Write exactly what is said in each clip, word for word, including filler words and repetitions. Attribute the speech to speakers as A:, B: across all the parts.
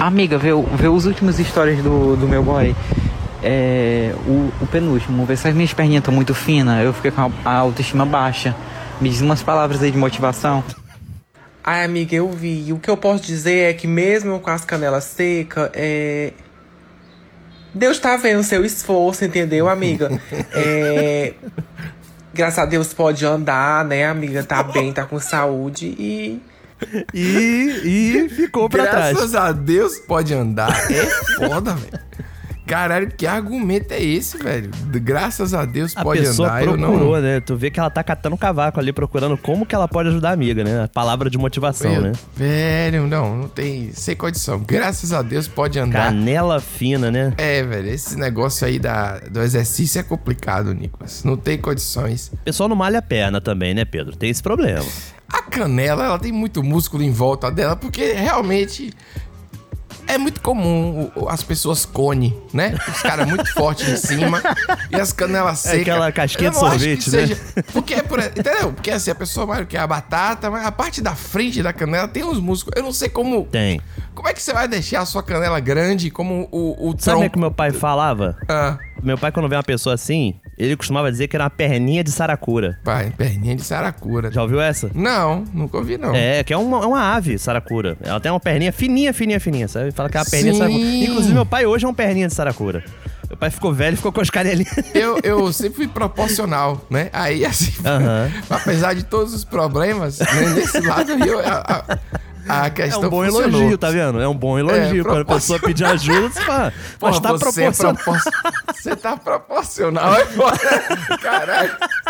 A: Amiga, vê, vê os últimos stories do, do meu boy. É, o, o penúltimo, vê se as minhas perninhas estão muito finas. Eu fiquei com a, a autoestima baixa. Me diz umas palavras aí de motivação.
B: Ai, amiga, eu vi. E o que eu posso dizer é que mesmo com as canelas secas, é... Deus tá vendo o seu esforço, entendeu, amiga? É... Graças a Deus pode andar, né, amiga? Tá bem, tá com saúde e...
C: E, e ficou pra
D: Graças
C: trás.
D: Graças a Deus pode andar. É foda, velho. Caralho, que argumento é esse, velho? Graças a Deus pode andar.
C: A pessoa
D: eu
C: procurou,
D: não...
C: né? Tu vê que ela tá catando cavaco ali, procurando como que ela pode ajudar a amiga, né? A palavra de motivação,
D: Meu,
C: né?
D: Velho, não, não tem... Sem condição. Graças a Deus pode andar.
C: Canela fina, né?
D: É, velho, esse negócio aí da, do exercício é complicado, Nicolas. Não tem condições.
C: O pessoal não malha a perna também, né, Pedro? Tem esse problema.
D: A canela, ela tem muito músculo em volta dela, porque realmente... É muito comum as pessoas cone, né? Os caras muito fortes em cima e as canelas secas.
C: É aquela casquinha de sorvete, né?
D: Seja... Porque é por... Entendeu? Porque assim, a pessoa vai que é a batata, mas a parte da frente da canela tem uns músculos. Eu não sei como...
C: Tem.
D: Como é que você vai deixar a sua canela grande como o, o tronco?
C: Sabe o que meu pai falava?
D: Ah.
C: Meu pai, quando vê uma pessoa assim, ele costumava dizer que era uma perninha de saracura.
D: Pai, perninha de saracura.
C: Já ouviu essa?
D: Não, nunca ouvi, não.
C: É, que é uma, é uma ave saracura. Ela tem uma perninha fininha, fininha, fininha, sabe? Fala que é uma perninha de saracura. Inclusive, meu pai hoje é uma perninha de saracura. Meu pai ficou velho e ficou com as canelinhas.
D: Eu, eu sempre fui proporcional, né? Aí, assim,
C: uhum.
D: apesar de todos os problemas, né, nesse lado eu... A, a, A questão
C: é um bom
D: funcionou.
C: elogio, tá vendo? É um bom elogio.
D: É,
C: Quando a pessoa pedir ajuda, você fala, mas tá
D: você
C: proporcional.
D: É propor... Você tá proporcional, é foda. Caralho.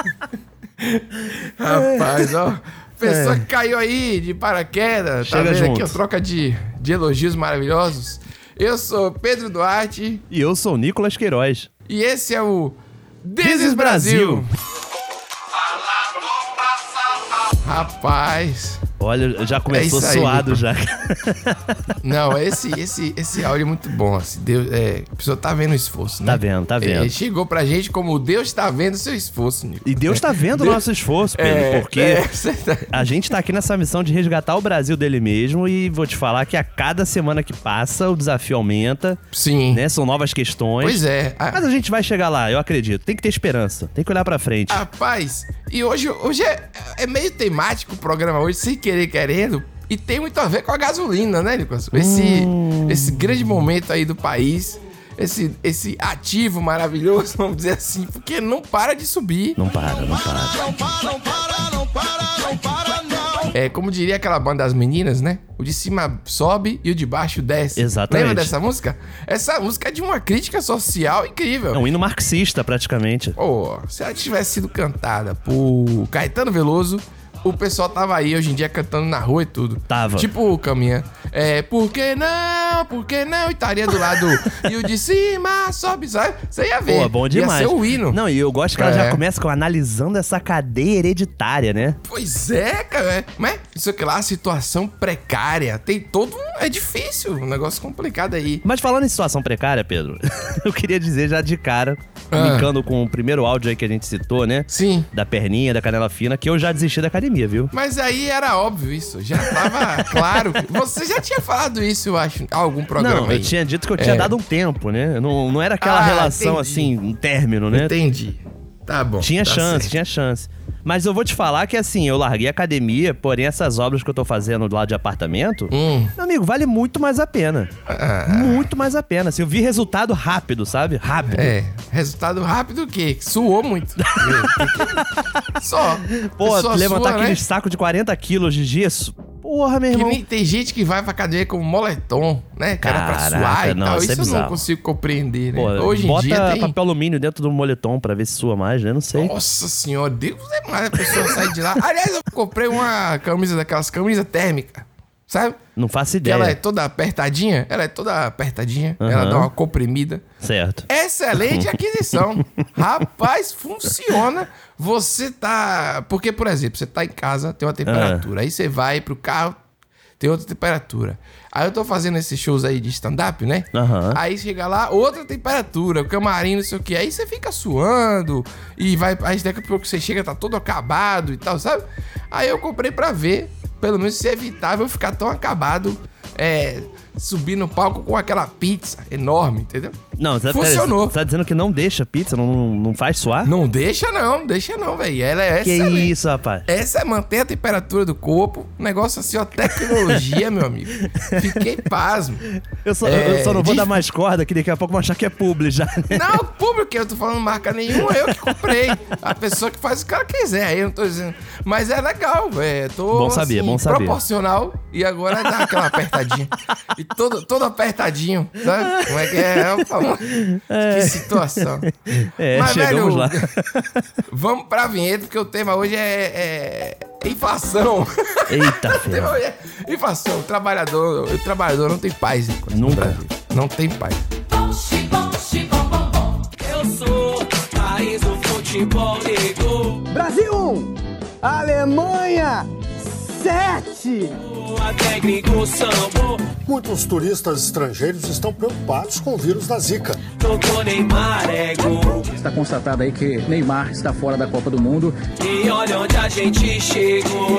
D: Rapaz, ó. Pessoa é. que caiu aí de paraquedas.
C: Chega
D: tá vendo
C: junto.
D: aqui, ó, troca de, de elogios maravilhosos. Eu sou Pedro Duarte.
C: E eu sou o Nicolas Queiroz.
D: E esse é o This is Brasil. Rapaz...
C: Olha, já começou
D: é aí,
C: suado já.
D: Não, esse, esse, esse áudio é muito bom. Assim, Deus, é, a pessoa tá vendo o esforço, né?
C: Tá vendo, tá vendo.
D: É, chegou pra gente como Deus tá vendo o seu esforço, Nico.
C: E Deus tá vendo Deus... o nosso esforço, Pedro,
D: é,
C: porque
D: é,
C: tá... a gente tá aqui nessa missão de resgatar o Brasil dele mesmo e vou te falar que a cada semana que passa o desafio aumenta.
D: Sim.
C: Né? São novas questões.
D: Pois é. A...
C: Mas a gente vai chegar lá, eu acredito. Tem que ter esperança, tem que olhar pra frente.
D: Rapaz, e hoje, hoje é, é meio temático o programa hoje, sem querer querendo. E tem muito a ver com a gasolina, né, Nicolas? Esse, hum. esse grande momento aí do país, esse, esse ativo maravilhoso, vamos dizer assim, porque não para de subir.
C: Não para, não para.
E: Não para, não para, não para, não para, não.
D: É, como diria aquela banda das meninas, né? O de cima sobe e o de baixo desce.
C: Exatamente.
D: Lembra dessa música? Essa música é de uma crítica social incrível.
C: É um hino marxista, praticamente.
D: Pô, se ela tivesse sido cantada por Caetano Veloso, o pessoal tava aí hoje em dia cantando na rua e tudo.
C: Tava.
D: Tipo o Caminha. É, por que não? Por que não? E estaria do lado. E o de cima sobe, sabe? Você ia ver.
C: Pô, bom demais.
D: Ia ser o hino.
C: Não, e eu gosto que ela é. já começa com analisando essa cadeia hereditária, né?
D: Pois é, cara. Mas isso aqui lá, situação precária. Tem todo um... É difícil, um negócio complicado aí.
C: Mas falando em situação precária, Pedro, eu queria dizer já de cara, ah. linkando com o primeiro áudio aí que a gente citou, né?
D: Sim.
C: Da perninha, da canela fina, que eu já desisti da academia, viu?
D: Mas aí era óbvio isso, já tava claro. Você já tinha falado isso, eu acho, em algum programa
C: Não,
D: aí.
C: eu tinha dito que eu tinha
D: é.
C: dado um tempo, né? Não, não era aquela
D: ah,
C: relação
D: entendi.
C: assim, um término, né?
D: Entendi. Tá bom.
C: Tinha
D: tá
C: chance,
D: certo.
C: tinha chance. Mas eu vou te falar que assim, eu larguei a academia, porém essas obras que eu tô fazendo lá de apartamento,
D: hum.
C: meu amigo, vale muito mais a pena.
D: Ah.
C: Muito mais a pena. Assim, eu vi resultado rápido, sabe? Rápido.
D: É, resultado rápido o quê? Suou muito. Só.
C: Pô,
D: Só
C: levantar
D: sua,
C: aquele
D: né?
C: saco de quarenta quilos de gesso. Porra, meu
D: Que
C: irmão.
D: nem tem gente que vai pra academia com moletom, né? Cara, pra
C: Caraca,
D: suar e
C: não,
D: tal.
C: isso
D: Isso,
C: é
D: eu não
C: bizarro.
D: consigo compreender, né?
C: Pô,
D: Hoje em
C: bota
D: dia tem...
C: papel alumínio dentro do moletom pra ver se sua mais, né? Não sei.
D: Nossa senhora, Deus é mais, a pessoa sai de lá. Aliás, eu comprei uma camisa daquelas camisas térmicas, sabe?
C: Não faço
D: Que
C: ideia.
D: ela é toda apertadinha, ela é toda apertadinha,
C: Uhum.
D: ela dá uma comprimida.
C: Certo.
D: Excelente aquisição. Rapaz, funciona. Você tá... Porque, por exemplo, você tá em casa, tem uma temperatura. Aí você vai pro carro, tem outra temperatura. Aí eu tô fazendo esses shows aí de stand-up, né?
C: Uhum.
D: Aí chega lá, outra temperatura, o camarim, não sei o que. Aí você fica suando e vai... Aí daqui a pouco você chega, tá todo acabado e tal, sabe? Aí eu comprei pra ver, pelo menos se é evitável ficar tão acabado, é... subir no palco com aquela pizza enorme, entendeu?
C: Não, você
D: Funcionou.
C: Tá, você tá dizendo que não deixa pizza, não, não faz suar?
D: Não deixa não, não deixa não, velho. Ela é
C: Que
D: excelente.
C: isso, rapaz?
D: Essa é manter a temperatura do corpo. Negócio assim, ó, tecnologia, meu amigo. Fiquei pasmo.
C: Eu só,
D: É,
C: eu só não vou
D: de-
C: dar mais corda, que daqui a pouco vão achar que é publi já, né?
D: Não, público, eu não tô falando marca nenhuma, eu que comprei. A pessoa que faz o que ela quiser, aí eu não tô dizendo. Mas é legal, velho. Tô,
C: Bom saber,
D: assim,
C: bom saber.
D: proporcional e agora dá aquela apertadinha. E todo, todo apertadinho, sabe? Como é que é? É, pô, Que situação.
C: É,
D: Mas,
C: chegamos
D: velho,
C: lá.
D: Vamos pra vinheta, porque o tema hoje é, é inflação.
C: Eita,
D: O tema
C: ferro.
D: hoje é inflação. O trabalhador, o trabalhador não tem paz no
C: Nunca.
D: Brasil. Não tem paz.
F: Eu sou país do futebol negro.
G: Brasil um, Alemanha sete.
F: Até gringo sambo.
H: Muitos turistas estrangeiros estão preocupados com o vírus da Zika.
F: Tocou Neymar é gol.
I: Está constatado aí que Neymar está fora da Copa do Mundo.
F: E olha onde a gente chegou.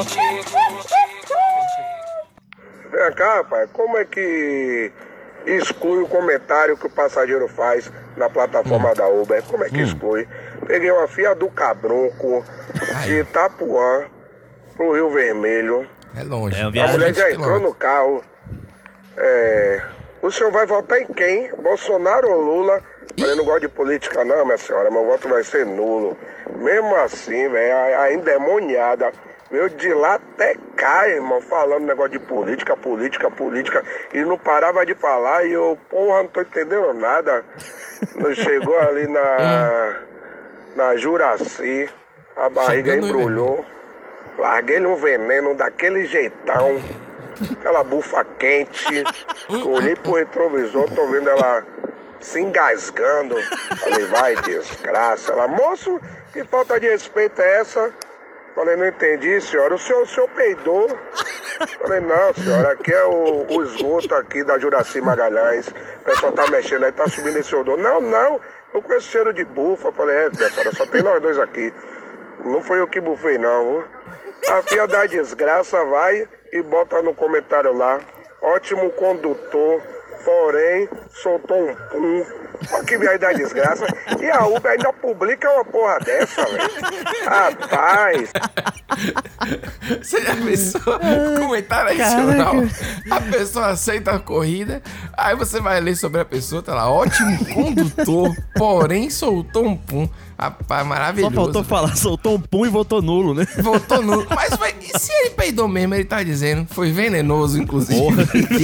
J: Vem cá, rapaz, como é que exclui o comentário que o passageiro faz na plataforma da Uber? Como é que exclui? Peguei uma fia do Cabronco de Itapuã pro Rio Vermelho.
D: É longe.
C: É uma
J: A
C: viagem.
J: mulher já entrou no carro. É, o senhor vai votar em quem? Bolsonaro ou Lula? Eu não gosto de política não, minha senhora. Meu voto vai ser nulo. Mesmo assim, velho, a endemoniada. Veio de lá até cá, irmão, falando negócio de política, política, política. E não parava de falar e eu, porra, não tô entendendo nada. Não chegou ali na, na Juraci, a barriga
D: Chegando,
J: embrulhou. Larguei-lhe um veneno daquele jeitão, aquela bufa quente. Olhei pro retrovisor, tô vendo ela se engasgando. Falei, vai desgraça. Ela, moço, que falta de respeito é essa? Falei, não entendi, senhora. O senhor, o senhor peidou? Falei, não, senhora, aqui é o, o esgoto aqui da Juraci Magalhães. O pessoal tá mexendo aí, tá subindo esse odor. Não, não, eu conheço cheiro de bufa. Falei, é, minha senhora, só tem nós dois aqui. Não foi eu que bufei, não. Viu? A filha da desgraça vai e bota no comentário lá. Ótimo condutor, porém soltou um pum. Olha que viagem da desgraça. E a Uber ainda publica uma porra dessa, velho. Rapaz.
D: Você já pensou? Comentário adicional. A pessoa aceita a corrida, aí você vai ler sobre a pessoa, tá lá, ótimo condutor, porém soltou um pum. Rapaz,
C: Só
D: maravilhoso.
C: faltou falar, soltou um pum e votou nulo, né?
D: Voltou nulo. Mas vai, e se ele peidou mesmo, ele tá dizendo, foi venenoso, inclusive.
C: Porra.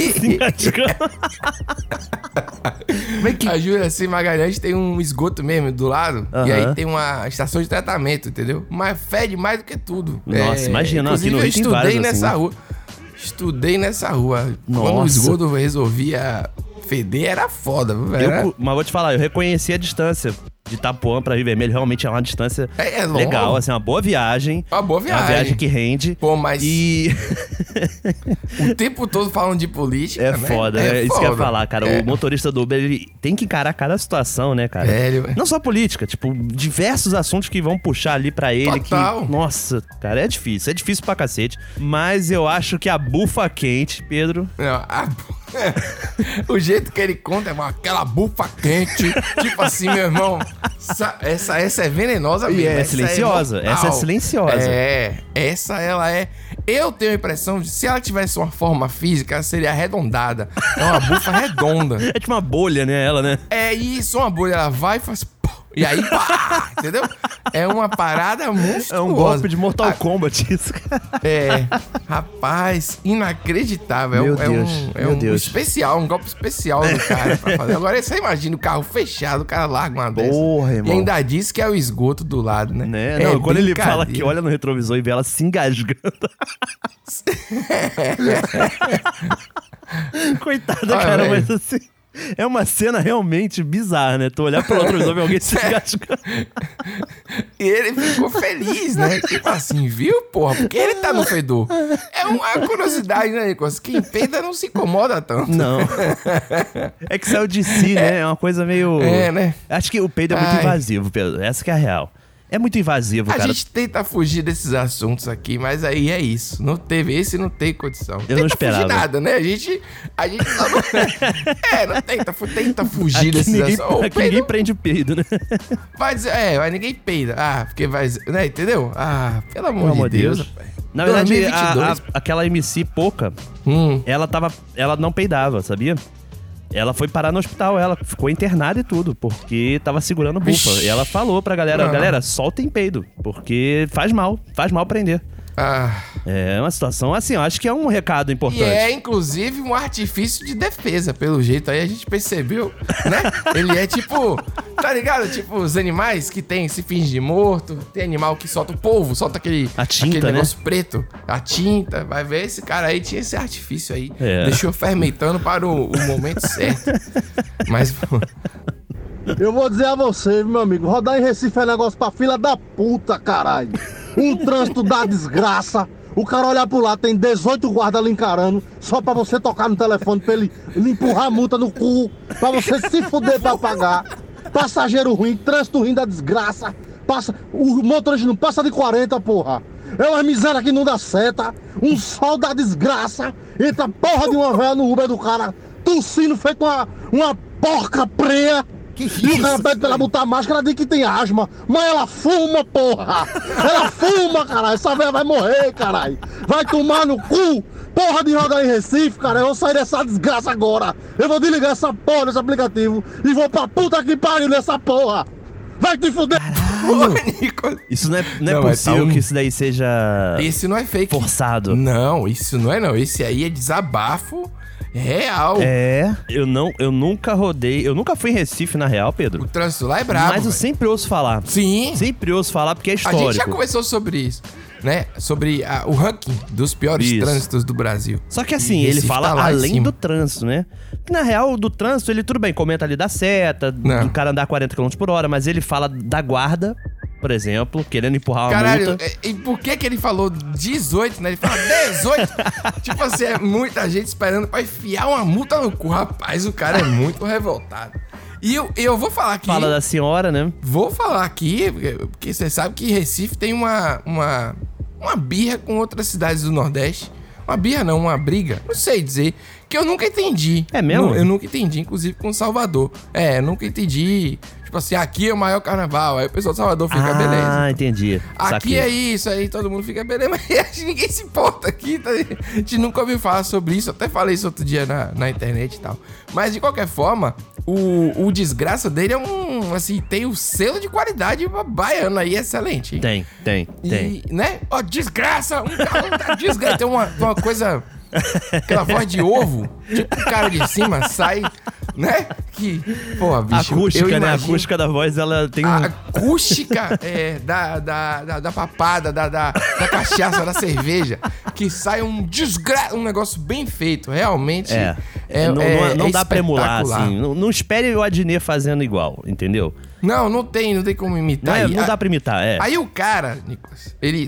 D: A Juraci Magalhães tem um esgoto mesmo do lado,
C: Aham.
D: e aí tem uma estação de tratamento, entendeu? Mas fede mais do que tudo.
C: Nossa, imagina, aqui
D: inclusive,
C: no
D: eu
C: Rio tem
D: estudei
C: vários
D: nessa
C: assim.
D: rua. Estudei nessa rua. Quando o
C: Nossa.
D: esgoto resolvia feder, era foda, viu,
C: Eu
D: velho?
C: cu- mas vou te falar, eu reconheci a distância de Itapuã pra Rio Vermelho. Realmente é uma distância
D: É, é longo.
C: legal, assim, uma boa viagem.
D: Uma boa
C: É uma
D: viagem.
C: viagem que rende.
D: Pô, mas
C: E
D: o tempo todo falando de política,
C: é
D: né?
C: foda, né? Isso que eu ia
D: foda.
C: falar, cara.
D: É.
C: O motorista do Uber, ele tem que encarar cada situação, né, cara?
D: É, ele-
C: Não só política, tipo, diversos assuntos que vão puxar ali pra ele.
D: Total.
C: Que, nossa, cara, é difícil. É difícil pra cacete. Mas eu acho que a bufa quente, Pedro...
D: Não, a bu- o jeito que ele conta é uma- aquela bufa quente. Tipo assim, meu irmão. Essa, essa, essa é venenosa
C: E
D: mesmo.
C: é
D: essa
C: silenciosa,
D: mortal.
C: essa é silenciosa.
D: É, essa ela é. Eu tenho a impressão de se ela tivesse uma forma física, ela seria arredondada. É uma bufa redonda.
C: É tipo uma bolha, né, ela, né?
D: É isso, uma bolha. Ela vai e faz. pô, E aí, pá, entendeu? É uma parada monstruosa.
C: É um golpe de Mortal
D: Ah,
C: Kombat isso, cara.
D: É, rapaz, inacreditável.
C: Meu
D: é
C: Deus,
D: um, é
C: meu
D: um
C: Deus.
D: especial, um golpe especial do cara pra fazer. Agora você imagina o carro fechado, o cara larga uma dessa.
C: Porra,
D: E
C: irmão.
D: ainda diz que é o esgoto do lado, né?
C: Né?
D: É
C: Não, quando ele fala
D: brincadeira.
C: que olha no retrovisor e vê ela se engasgando. Coitada,
D: Olha,
C: cara,
D: velho.
C: mas assim. É uma cena realmente bizarra, né? Tu olhar pelo retrovisor e ver alguém se engasgando.
D: E ele ficou feliz, né? Tipo assim, viu, porra? Porque ele tá no fedor. É uma curiosidade, né, Nicolas? Quem peida não se incomoda tanto.
C: Não. É que saiu de si, né? É uma coisa meio.
D: É, né?
C: Acho que o peido é muito
D: Ai.
C: invasivo, Pedro. Essa que é a real. É muito invasivo,
D: A
C: cara.
D: gente tenta fugir desses assuntos aqui, mas aí é isso. Não teve, esse não tem condição.
C: Eu
D: tenta
C: não esperava.
D: fugir nada, né? A gente... A gente só não... É, não tenta, fu- tenta fugir
C: Aqui
D: desses
C: ninguém,
D: assuntos. Ô,
C: aqui ninguém prende o peido, né?
D: Vai dizer, é, mas ninguém peida. Ah, porque vai... Né, entendeu? Ah, pelo amor,
C: Pelo amor
D: de Deus.
C: Deus.
D: rapaz.
C: Na verdade,
D: dois mil e vinte e dois.
C: a- a- aquela M C Poca,
D: Hum.
C: ela tava. Ela não peidava, sabia? Ela foi parar no hospital, ela ficou internada e tudo, porque tava segurando bufa.
D: Vixe.
C: E ela falou pra galera,
D: Não.
C: galera, soltem peido, porque faz mal, faz mal prender.
D: Ah.
C: É uma situação assim, eu acho que é um recado importante.
D: E é, inclusive, um artifício de defesa, pelo jeito. Aí a gente percebeu, né? Ele é tipo... Tá ligado? Tipo, os animais que tem, se finge de morto. Tem animal que solta o polvo, solta aquele...
C: A tinta,
D: aquele
C: né?
D: negócio preto. A tinta. Vai ver, esse cara aí tinha esse artifício aí.
C: É.
D: Deixou fermentando para o, o momento certo. Mas... pô,
H: Eu vou dizer a você, meu amigo, rodar em Recife é negócio pra fila da puta, caralho. Um trânsito da desgraça. O cara olhar pro lado, tem dezoito guardas ali encarando, só pra você tocar no telefone pra ele lhe empurrar a multa no cu, pra você se fuder pra pagar. Passageiro ruim, trânsito ruim da desgraça. Passa, o motorista não passa de quarenta, porra. É uma miséria que não dá seta. Um sol da desgraça. Entra a porra de uma véia no Uber do cara, tossindo feito uma, uma porca preia.
D: Que
H: E o cara pede pra ela botar máscara, ela diz que tem asma. Mas ela fuma, porra! Ela fuma, caralho! Essa velha vai morrer, caralho! Vai tomar no cu! Porra de rodar em Recife, cara! Eu vou sair dessa desgraça agora! Eu vou desligar essa porra desse aplicativo e vou pra puta que pariu nessa porra! Vai te fuder!
D: Ô, Nicolas.
C: Isso não é, não é
D: Não, mas
C: possível
D: tá um-
C: que isso daí seja
D: Esse não é fake.
C: forçado.
D: Não, isso não é não. Esse aí é desabafo real.
C: É, eu não, eu nunca rodei, eu nunca fui em Recife na real,
D: O
C: Pedro.
D: trânsito lá é brabo.
C: Mas eu
D: velho.
C: sempre ouço falar.
D: Sim.
C: Sempre ouço falar porque é
D: A
C: histórico.
D: gente já conversou sobre isso, né? Sobre a- o ranking dos piores
C: Isso.
D: trânsitos do Brasil.
C: Só que assim,
D: E
C: ele
D: Recife
C: fala
D: tá lá em
C: além
D: cima.
C: do trânsito, né? Porque, na real, do trânsito, ele tudo bem, comenta ali da seta,
D: Não.
C: do cara andar quarenta quilômetros por hora, mas ele fala da guarda, por exemplo, querendo empurrar uma
D: Caralho,
C: multa.
D: e, e por que que ele falou dezoito, né? Ele fala dezoito. Tipo assim, é muita gente esperando pra enfiar uma multa no cu. Rapaz, o cara é muito revoltado. E eu, eu vou falar aqui...
C: Fala da senhora, né?
D: Vou falar aqui, porque- porque você sabe que Recife tem uma, uma, uma birra com outras cidades do Nordeste. Uma birra não, uma briga. Não sei dizer. Que eu nunca entendi.
C: É mesmo?
D: Nu- Eu nunca entendi, inclusive com Salvador. É, eu nunca entendi. Tipo assim, aqui é o maior carnaval. Aí o pessoal de Salvador fica,
C: ah,
D: beleza.
C: entendi.
D: Aqui
C: Saquei.
D: é isso, aí todo mundo fica beleza, mas acho que ninguém se importa aqui, tá? A gente nunca ouviu falar sobre isso, até falei isso outro dia na, na internet e tal. Mas de qualquer forma, o, o desgraça dele é um, assim, tem o selo de qualidade baiano aí, excelente.
C: Tem, tem, tem.
D: E, né? Ó, desgraça, um cara tá desgraça, tem uma, uma coisa, aquela voz de ovo, tipo o cara de cima sai, né? Que, porra, bicho,
C: Acústica,
D: eu
C: né? A
D: imagino-
C: acústica da voz, ela tem um...
D: a acústica é, da, da, da, da papada, da, da, da cachaça, da cerveja, que sai um desgraça, um negócio bem feito, realmente.
C: É,
D: é,
C: não,
D: é-
C: não, não
D: é
C: dá pra emular,
D: espetacular.
C: assim. Não, não espere o Adnet fazendo igual, entendeu?
D: Não, não tem, não tem como
C: Não,
D: imitar.
C: é,
D: E
C: não
D: a-
C: dá pra imitar, é.
D: Aí o cara, Nicolas, ele.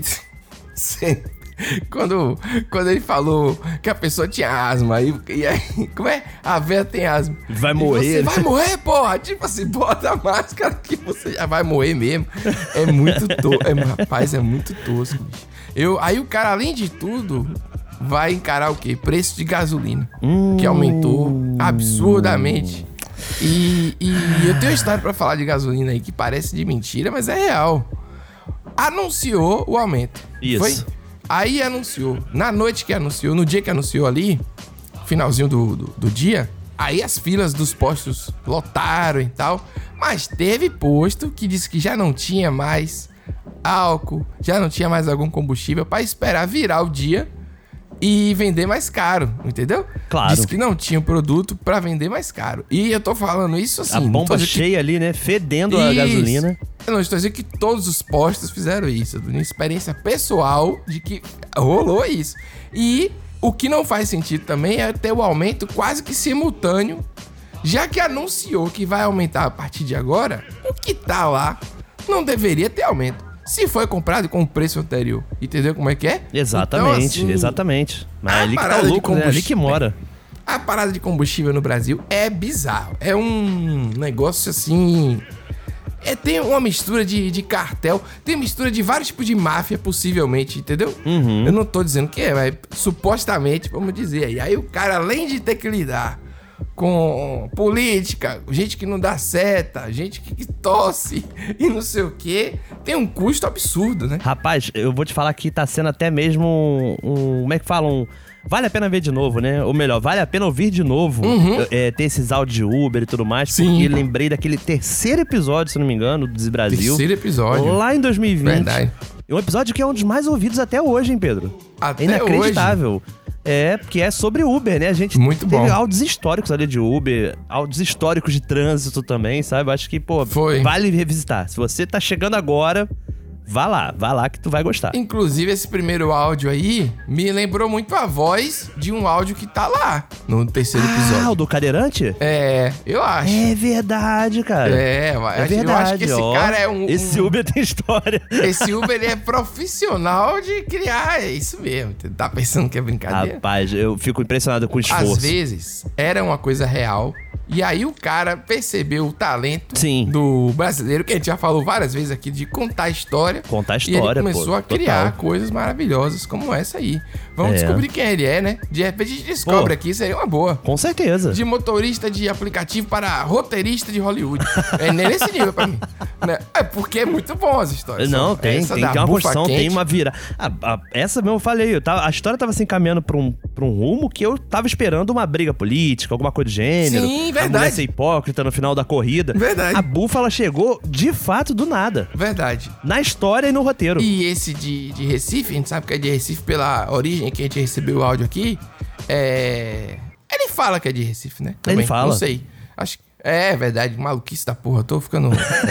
D: Quando, quando ele falou que a pessoa tinha asma, aí, e aí, como é? A véia tem asma.
C: Vai
D: E
C: morrer,
D: Você
C: né?
D: vai morrer, porra! Tipo assim, bota a máscara que você já vai morrer mesmo. É muito tosco. É, rapaz, é muito tosco, bicho. Eu, aí o cara, além de tudo, vai encarar o quê? Preço de gasolina.
C: Hum.
D: Que aumentou absurdamente. E, e eu tenho uma história pra falar de gasolina aí que parece de mentira, mas é real. Anunciou o aumento.
C: Isso.
D: Foi? Aí anunciou. Na noite que anunciou, no dia que anunciou ali, finalzinho do, do, do dia, aí as filas dos postos lotaram e tal. Mas teve posto que disse que já não tinha mais álcool, já não tinha mais algum combustível pra esperar virar o dia e vender mais caro, entendeu?
C: Claro.
D: Disse que não tinha o produto pra vender mais caro. E eu tô falando isso assim...
C: A
D: não tô
C: bomba
D: dizendo que-
C: cheia ali, né? Fedendo a
D: Isso.
C: gasolina.
D: Eu não estou dizendo que todos os postos fizeram isso. Minha experiência pessoal de que rolou isso. E o que não faz sentido também é ter o aumento quase que simultâneo, já que anunciou que vai aumentar a partir de agora, o que tá lá não deveria ter aumento. Se foi comprado com o preço anterior. Entendeu como é que é?
C: Exatamente,
D: Então, assim,
C: exatamente. Mas
D: a
C: é ali que tá
D: parada
C: o
D: de
C: lucro, né? Ali que
D: combustível-
C: mora.
D: A parada de combustível no Brasil é bizarro. É um negócio assim... É, tem uma mistura de, de cartel, tem mistura de vários tipos de máfia, possivelmente, entendeu?
C: Uhum.
D: Eu não tô dizendo que é, mas supostamente, vamos dizer aí. Aí o cara, além de ter que lidar com política, gente que não dá seta, gente que, que tosse e não sei o quê, tem um custo absurdo, né?
C: Rapaz, eu vou te falar que tá sendo até mesmo um... um como é que fala? Um... Vale a pena ver de novo, né? Ou melhor, vale a pena ouvir de novo,
D: Uhum.
C: é, ter esses áudios de Uber e tudo mais.
D: Sim.
C: Porque lembrei daquele terceiro episódio, se não me engano, do Desi Brasil.
D: Terceiro episódio.
C: Lá em dois mil e vinte.
D: Verdade.
C: É um episódio que é um dos mais ouvidos até hoje, hein, Pedro?
D: Até
C: é inacreditável. É, porque é sobre Uber, né? A gente
D: Muito
C: teve
D: bom.
C: áudios históricos ali de Uber, áudios históricos de trânsito também, sabe? Acho que, pô,
D: Foi.
C: vale revisitar. Se você tá chegando agora, vá lá, vá lá que tu vai gostar.
D: Inclusive, esse primeiro áudio aí me lembrou muito a voz de um áudio que tá lá no terceiro episódio.
C: Ah, o do cadeirante?
D: É, eu acho.
C: É verdade, cara.
D: É, eu
C: É
D: acho,
C: verdade,
D: eu acho que esse
C: ó.
D: cara é um...
C: Esse
D: um-
C: Uber tem história.
D: Esse Uber, ele é profissional de criar, é isso mesmo. Tá pensando que é brincadeira?
C: Rapaz, eu fico impressionado com o esforço.
D: Às vezes, era uma coisa real. E aí o cara percebeu o talento
C: Sim.
D: do brasileiro, que a gente já falou várias vezes aqui, de contar história.
C: Contar a
D: E ele
C: história,
D: começou
C: pô,
D: a criar
C: total.
D: coisas maravilhosas como essa aí. Vamos
C: É.
D: descobrir quem ele é, né? De repente a gente descobre
C: Pô.
D: aqui, seria uma boa.
C: Com certeza.
D: De motorista de aplicativo para roteirista de Hollywood. É nesse nível pra mim. Né? É porque é muito bom as histórias.
C: Não,
D: Só
C: tem,
D: essa
C: tem,
D: da
C: tem uma
D: bufa
C: construção,
D: quente.
C: tem uma vira. Ah, ah, essa mesmo eu falei, eu tava, a história tava se encaminhando pra um, pra um rumo que eu tava esperando uma briga política, alguma coisa do gênero.
D: Sim,
C: A
D: verdade.
C: mulher ser hipócrita no final da corrida.
D: Verdade.
C: A bufa, ela chegou de fato do nada.
D: Verdade.
C: Na história e no roteiro.
D: E esse de, de Recife, a gente sabe que é de Recife pela origem que a gente recebeu o áudio aqui. É. Ele fala que é de Recife, né?
C: Ele fala.
D: Não sei. Acho que. É verdade, maluquice da porra. Tô ficando.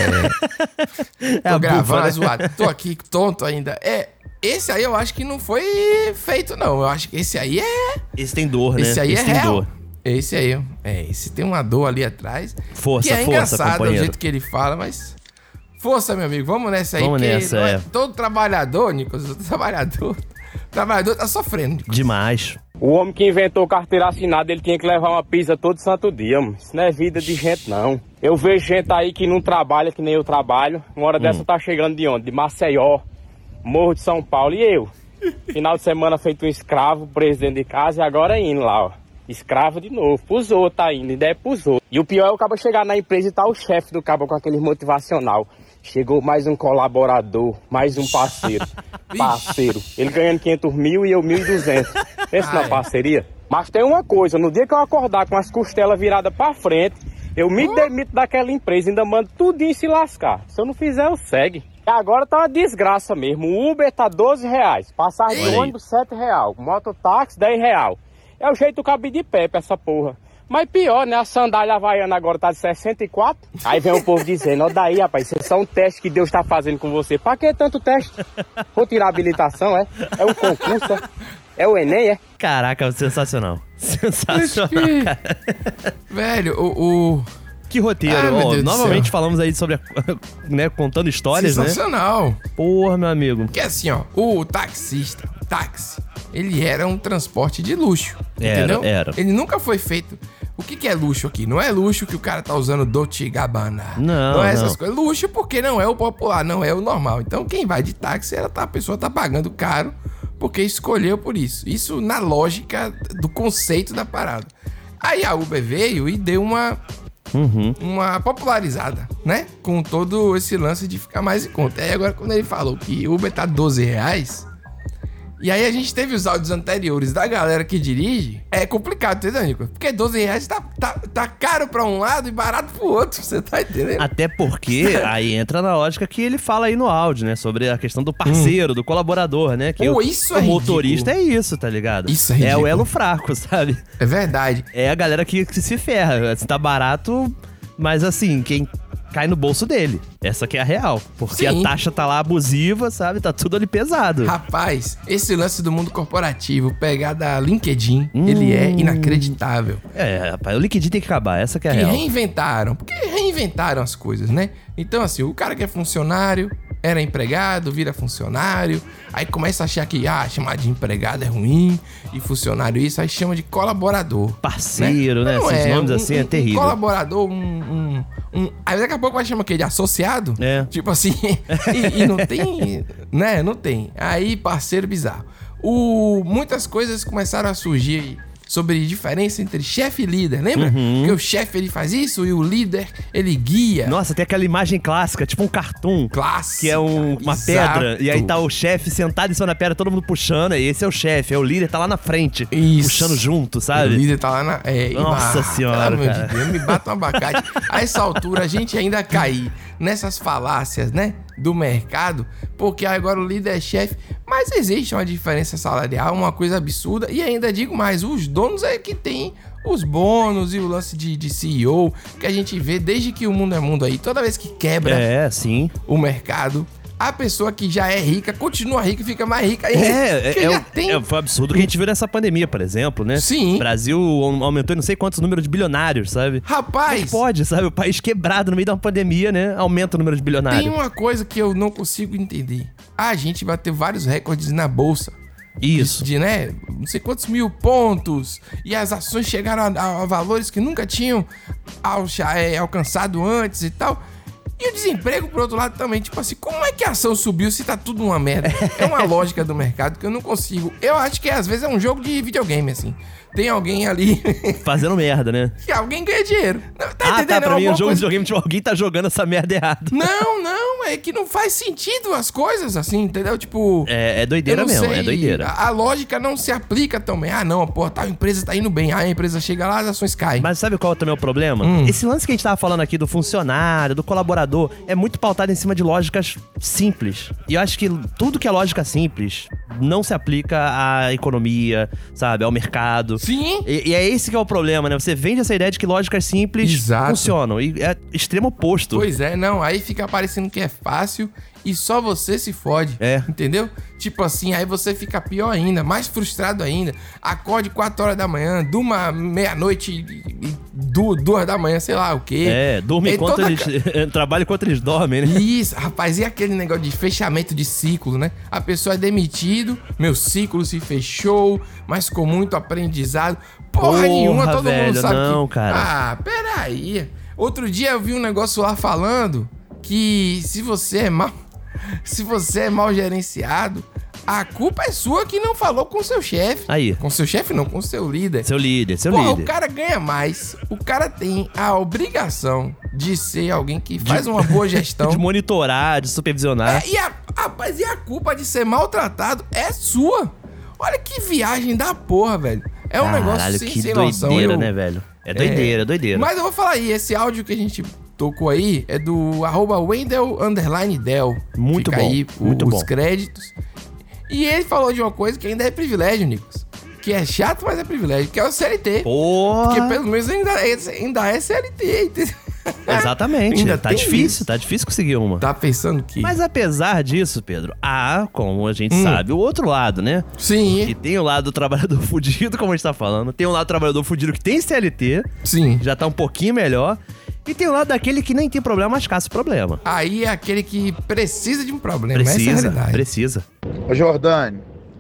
D: É,
C: É
D: tô
C: a
D: gravando
C: bufa, né?
D: zoado. Tô aqui tonto ainda. É. Esse aí eu acho que não foi feito, não. Eu acho que esse aí é.
C: Esse tem dor, né?
D: Esse aí
C: esse
D: é
C: tem
D: real.
C: dor.
D: Esse aí, é, esse tem uma dor ali atrás.
C: Força,
D: que é
C: força,
D: engraçado o
C: companheiro.
D: jeito que ele fala, mas. Força, meu amigo, vamos nessa aí.
C: Vamos
D: porque
C: nessa,
D: não
C: é.
D: Todo trabalhador, Nicolas, todo trabalhador. O trabalhador tá sofrendo. Nicolas.
C: Demais.
K: O homem que inventou carteira assinada, ele tinha que levar uma pizza todo santo dia, mano. Isso não é vida de gente, não. Eu vejo gente aí que não trabalha, que nem eu trabalho. Uma hora dessa tá chegando de onde? De Maceió, Morro de São Paulo. E eu? Final de semana feito um escravo, preso dentro de casa, e agora indo lá, ó. Escravo de novo. Pros outros tá indo, ainda é pros outros. E o pior é o cabo chegar na empresa e tá o chefe do cabo com aquele motivacional. Chegou mais um colaborador, mais um parceiro. Parceiro. Ele ganhando quinhentos mil e eu mil e duzentos. Pensa na parceria. Mas tem uma coisa, no dia que eu acordar com as costelas viradas pra frente, eu me demito daquela empresa, ainda mando tudinho se lascar. Se eu não fizer, eu segue. E agora tá uma desgraça mesmo. O Uber tá doze reais. Passagem de
C: Olha aí.
K: ônibus sete reais. Mototáxi dez reais. É o jeito do cabo ir de pé pra essa porra. Mas pior, né? A sandália havaiana agora tá de sessenta e quatro. Aí vem o povo dizendo, ó daí, rapaz, isso é só um teste que Deus tá fazendo com você. Pra que tanto teste? Vou tirar a habilitação, é? É um concurso, é? É o Enem, é?
C: Caraca, sensacional. Sensacional, cara.
D: Velho, o. o...
C: Que roteiro.
D: Ah, meu
C: Ó,
D: Deus do
C: novamente
D: céu.
C: falamos aí sobre, a, né, contando histórias, né?
D: Sensacional.
C: Porra, meu amigo.
D: Porque assim, ó, o taxista, o táxi, ele era um transporte de luxo.
C: Era,
D: entendeu?
C: era.
D: Ele nunca foi feito. O que, que é luxo aqui? Não é luxo que o cara tá usando Dolce e Gabbana.
C: Não,
D: Não é essas
C: não.
D: coisas. Luxo porque não é o popular, não é o normal. Então quem vai de táxi, ela tá, a pessoa tá pagando caro porque escolheu por isso. Isso na lógica do conceito da parada. Aí a Uber veio e deu uma,
C: Uhum.
D: uma popularizada, né? Com todo esse lance de ficar mais em conta. Aí agora quando ele falou que Uber tá doze reais... E aí a gente teve os áudios anteriores da galera que dirige. É complicado, entendeu, Nico? Porque doze reais tá, tá, tá caro pra um lado e barato pro outro, você tá entendendo?
C: Até porque aí entra na lógica que ele fala aí no áudio, né? Sobre a questão do parceiro, do colaborador, né? Que
D: Pô,
C: o,
D: isso
C: o
D: é
C: motorista
D: ridículo.
C: é isso, tá ligado?
D: Isso é
C: É o
D: ridículo.
C: elo fraco, sabe?
D: É verdade.
C: É a galera que, que se ferra. Se tá barato, mas assim, quem cai no bolso dele. Essa que é a real. Porque
D: Sim.
C: a taxa tá lá abusiva, sabe? Tá tudo ali pesado.
D: Rapaz, esse lance do mundo corporativo, pegar da LinkedIn, ele é inacreditável.
C: É, rapaz, o LinkedIn tem que acabar. Essa que é a
D: Que
C: real.
D: reinventaram, porque reinventaram as coisas, né? Então, assim, o cara que é funcionário, era empregado, vira funcionário, aí começa a achar que, ah, chamar de empregado é ruim, e funcionário isso, aí chama de colaborador.
C: Parceiro, né?
D: Não
C: Esses
D: é,
C: nomes
D: um-
C: assim
D: um-
C: é terrível.
D: Um colaborador, um, um, um... Aí daqui a pouco vai chamar o quê? De associado?
C: É.
D: Tipo assim, e, e não tem, né? Não tem. Aí, parceiro bizarro. O... Muitas coisas começaram a surgir sobre diferença entre chefe e líder, lembra?
C: Uhum.
D: Porque o chefe, ele faz isso e o líder, ele guia.
C: Nossa, tem aquela imagem clássica, tipo um cartoon.
D: Clássica.
C: Que é um- uma
D: exato.
C: pedra. E aí tá o chefe sentado em cima da pedra, todo mundo puxando. E esse é o chefe, é o líder, tá lá na frente.
D: Isso.
C: Puxando junto, sabe?
D: O líder tá lá na... É,
C: Nossa
D: e,
C: senhora,
D: pelo amor
C: cara.
D: de Deus, me bata um abacate. A essa altura, a gente ainda cair nessas falácias, né? Do mercado, porque agora o líder é chefe. Mas existe uma diferença salarial, uma coisa absurda. E ainda digo mais, os donos é que tem os bônus e o lance de, de C E O que a gente vê desde que o mundo é mundo aí. Toda vez que quebra
C: É, sim.
D: o mercado, a pessoa que já é rica continua rica e fica mais rica.
C: É,
D: que
C: é, é,
D: já
C: o-
D: tem...
C: é, foi um absurdo que a gente viu nessa pandemia, por exemplo, né?
D: Sim.
C: O Brasil aumentou em não sei quantos números de bilionários, sabe?
D: Rapaz,
C: Não pode, sabe? O país quebrado no meio de uma pandemia, né? Aumenta o número de bilionários.
D: tem uma coisa que eu não consigo entender. A gente bateu vários recordes na bolsa.
C: Isso.
D: De, né, não sei quantos mil pontos. E as ações chegaram a, a- a valores que nunca tinham al- é, alcançado antes e tal. E o desemprego, por outro lado, também. Tipo assim, como é que a ação subiu se tá tudo uma merda? É uma lógica do mercado que eu não consigo. Eu acho que às vezes é um jogo de videogame, assim. Tem alguém ali
C: Fazendo merda, né?
D: que alguém ganha dinheiro. Não, tá
C: ah, tá.
D: entendendo?
C: Pra mim,
D: Alguma
C: o jogo
D: coisa-
C: de videogame, tipo, alguém tá jogando essa merda errado.
D: Não, não, é que não faz sentido as coisas assim, entendeu? Tipo.
C: É, é doideira
D: eu não
C: mesmo,
D: sei,
C: é doideira.
D: A, a lógica não se aplica também. Ah, não, pô, tal empresa tá indo bem. Aí a empresa chega lá, as ações caem.
C: Mas sabe qual também é o problema?
D: Hum.
C: Esse lance que a gente tava falando aqui do funcionário, do colaborador, é muito pautado em cima de lógicas simples. E eu acho que tudo que é lógica simples não se aplica à economia, sabe? Ao mercado.
D: Sim.
C: E, e é esse que é o problema, né? Você vende essa ideia de que lógicas simples
D: Exato.
C: funcionam. E é extremo oposto.
D: Pois é, não. Aí fica parecendo que é fácil e só você se fode.
C: É.
D: Entendeu? Tipo assim, aí você fica pior ainda, mais frustrado ainda. Acorde quatro horas da manhã, durma meia-noite e, e du- duas da manhã, sei lá o quê.
C: É, dorme
D: E
C: enquanto
D: toda
C: eles...
D: ca-
C: trabalham enquanto eles dormem, né?
D: Isso, rapaz, e aquele negócio de fechamento de ciclo, né? A pessoa é demitido, meu ciclo se fechou, mas com muito aprendizado. Porra,
C: Porra,
D: nenhuma, todo
C: velho,
D: mundo sabe
C: não,
D: que...
C: cara.
D: Ah, peraí. Outro dia eu vi um negócio lá falando que se você é mal... Se você é mal gerenciado, a culpa é sua que não falou com seu chefe.
C: Aí.
D: Com seu chefe não, com seu líder.
C: Seu líder, seu
D: Porra,
C: líder.
D: o cara ganha mais. O cara tem a obrigação de ser alguém que faz uma boa gestão.
C: De monitorar, de supervisionar.
D: É, e a, rapaz, e a culpa de ser maltratado é sua. Olha que viagem da porra, velho. É um
C: Caralho,
D: negócio sem,
C: que
D: sem noção.
C: doideira,
D: eu-
C: né, velho? É doideira, é doideira.
D: Mas eu vou falar aí, esse áudio que a gente tocou aí é do arroba Wendell underline Del.
C: Muito
D: Fica
C: bom,
D: aí o-
C: muito
D: os
C: bom.
D: créditos. E ele falou de uma coisa que ainda é privilégio, Nicolas. Que é chato, mas é privilégio, que é o C L T.
C: Porra!
D: Porque pelo menos ainda é, ainda é C L T, entendeu?
C: Exatamente.
D: Ainda
C: Tá
D: tem
C: difícil,
D: isso.
C: tá difícil conseguir uma.
D: Tá pensando que...
C: Mas apesar disso, Pedro, há, como a gente
D: Hum.
C: sabe, o outro lado, né?
D: Sim.
C: Que tem o lado do trabalhador fudido, como a gente tá falando. Tem o lado do trabalhador fudido que tem C L T.
D: Sim.
C: Já tá um pouquinho melhor. E tem o lado daquele que nem tem problema, mas caça o problema.
D: Aí é aquele que precisa de um problema. Essa é a
C: Precisa,
D: realidade.
C: precisa.
H: Ô Jordane,